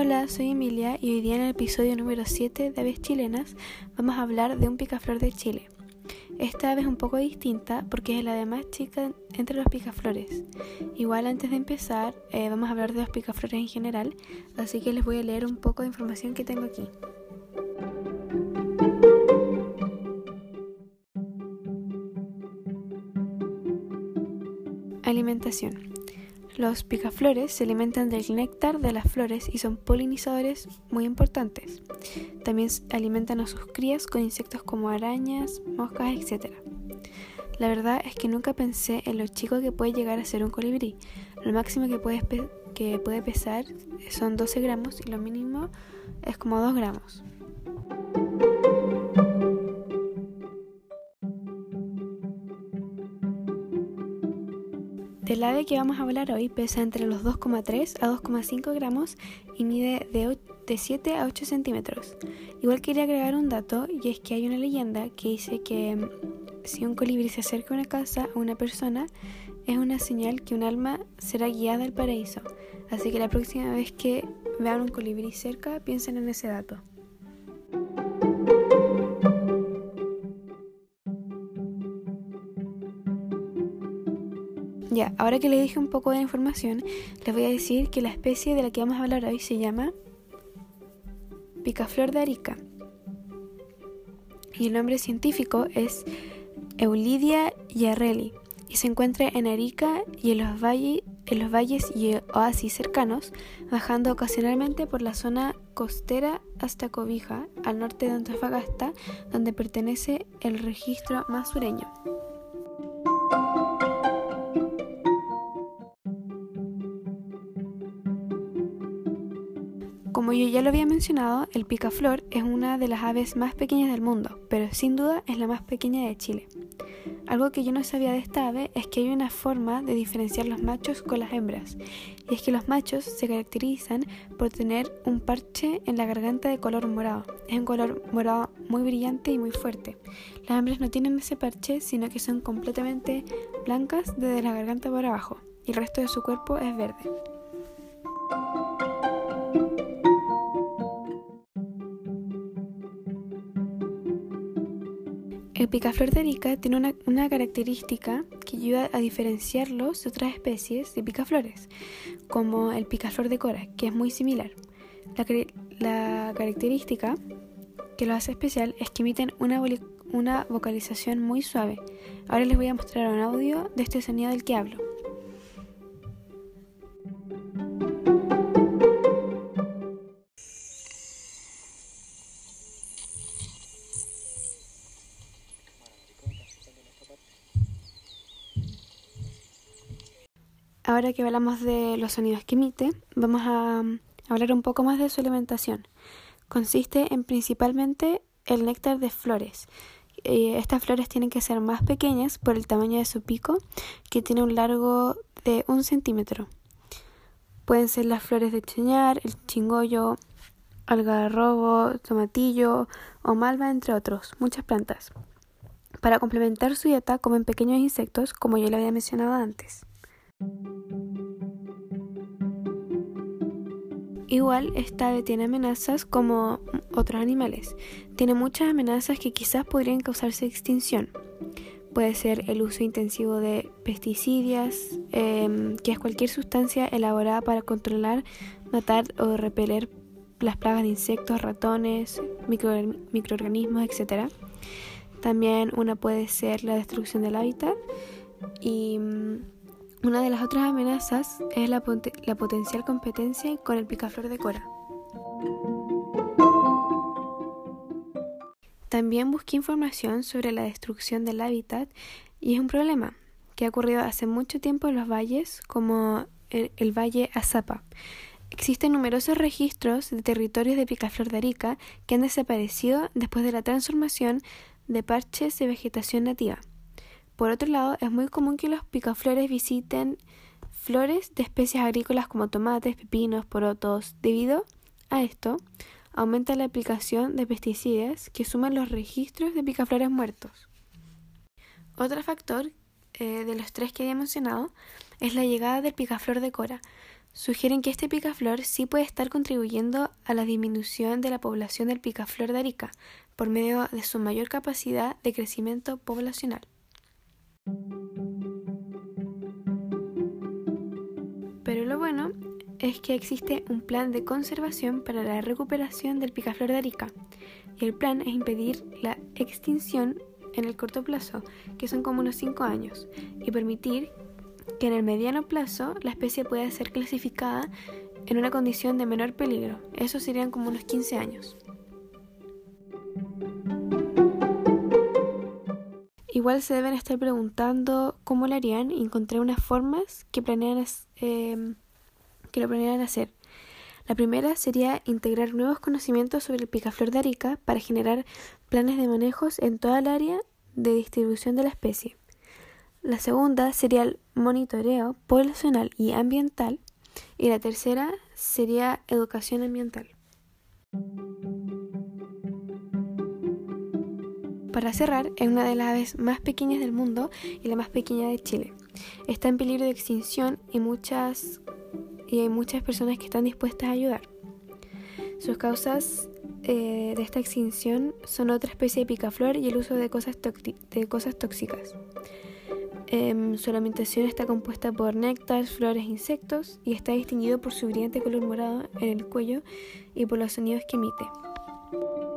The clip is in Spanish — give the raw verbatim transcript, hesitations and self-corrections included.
Hola, soy Emilia y hoy día en el episodio número siete de Aves Chilenas vamos a hablar de un picaflor de Chile. Esta ave es un poco distinta porque es la de más chica entre los picaflores. Igual antes de empezar eh, vamos a hablar de los picaflores en general, así que les voy a leer un poco de información que tengo aquí. Alimentación. Los picaflores se alimentan del néctar de las flores y son polinizadores muy importantes. También alimentan a sus crías con insectos como arañas, moscas, etcétera. La verdad es que nunca pensé en lo chico que puede llegar a ser un colibrí. Lo máximo que puede, pe- que puede pesar son doce gramos y lo mínimo es como dos gramos. El ave que vamos a hablar hoy pesa entre los dos coma tres a dos coma cinco gramos y mide de, de siete a ocho centímetros. Igual quería agregar un dato, y es que hay una leyenda que dice que si un colibrí se acerca a una casa o a una persona, es una señal que un alma será guiada al paraíso. Así que la próxima vez que vean un colibrí cerca, piensen en ese dato. Ya, ahora que les dije un poco de información, les voy a decir que la especie de la que vamos a hablar hoy se llama picaflor de Arica. Y el nombre científico es Eulidia yarrelli y se encuentra en Arica y en los, valle, en los valles y oasis cercanos, bajando ocasionalmente por la zona costera hasta Cobija, al norte de Antofagasta, donde pertenece el registro más sureño. Como yo ya lo había mencionado, el picaflor es una de las aves más pequeñas del mundo, pero sin duda es la más pequeña de Chile. Algo que yo no sabía de esta ave es que hay una forma de diferenciar los machos con las hembras, y es que los machos se caracterizan por tener un parche en la garganta de color morado. Es un color morado muy brillante y muy fuerte. Las hembras no tienen ese parche, sino que son completamente blancas desde la garganta para abajo, y el resto de su cuerpo es verde. El picaflor de Arica tiene una, una característica que ayuda a diferenciarlos de otras especies de picaflores, como el picaflor de Cora, que es muy similar. La, la característica que lo hace especial es que emiten una, una vocalización muy suave. Ahora les voy a mostrar un audio de este sonido del que hablo. Ahora que hablamos de los sonidos que emite, vamos a hablar un poco más de su alimentación. Consiste en principalmente el néctar de flores. Eh, estas flores tienen que ser más pequeñas por el tamaño de su pico, que tiene un largo de un centímetro. Pueden ser las flores de chañar, el chingollo, algarrobo, tomatillo o malva, entre otros, muchas plantas. Para complementar su dieta comen pequeños insectos, como yo le había mencionado antes. Igual, esta ave tiene amenazas como otros animales. Tiene muchas amenazas que quizás podrían causarse extinción. Puede ser el uso intensivo de pesticidas, eh, que es cualquier sustancia elaborada para controlar, matar o repeler las plagas de insectos, ratones, micro, microorganismos, etcétera. También una puede ser la destrucción del hábitat y una de las otras amenazas es la, pot- la potencial competencia con el picaflor de Cora. También busqué información sobre la destrucción del hábitat y es un problema que ha ocurrido hace mucho tiempo en los valles, como el, el Valle Azapa. Existen numerosos registros de territorios de picaflor de Arica que han desaparecido después de la transformación de parches de vegetación nativa. Por otro lado, es muy común que los picaflores visiten flores de especies agrícolas como tomates, pepinos, porotos. Debido a esto, aumenta la aplicación de pesticidas que suman los registros de picaflores muertos. Otro factor eh, de los tres que había mencionado es la llegada del picaflor de Cora. sugieren que este picaflor sí puede estar contribuyendo a la disminución de la población del picaflor de Arica por medio de su mayor capacidad de crecimiento poblacional. Pero lo bueno es que existe un plan de conservación para la recuperación del picaflor de Arica, y el plan es impedir la extinción en el corto plazo, que son como unos cinco años, y permitir que en el mediano plazo la especie pueda ser clasificada en una condición de menor peligro. Eso serían como unos quince años. Igual se deben estar preguntando cómo lo harían, y encontré unas formas que planean eh, que lo planean hacer. La primera sería integrar nuevos conocimientos sobre el picaflor de Arica para generar planes de manejos en toda el área de distribución de la especie. La segunda sería el monitoreo poblacional y ambiental, y la tercera sería educación ambiental. Para cerrar, es una de las aves más pequeñas del mundo y la más pequeña de Chile. Está en peligro de extinción y muchas y hay muchas personas que están dispuestas a ayudar. Sus causas eh, de esta extinción son otra especie de picaflor y el uso de cosas, de cosas tóxicas. Eh, su alimentación está compuesta por néctar, flores e insectos, y está distinguido por su brillante color morado en el cuello y por los sonidos que emite.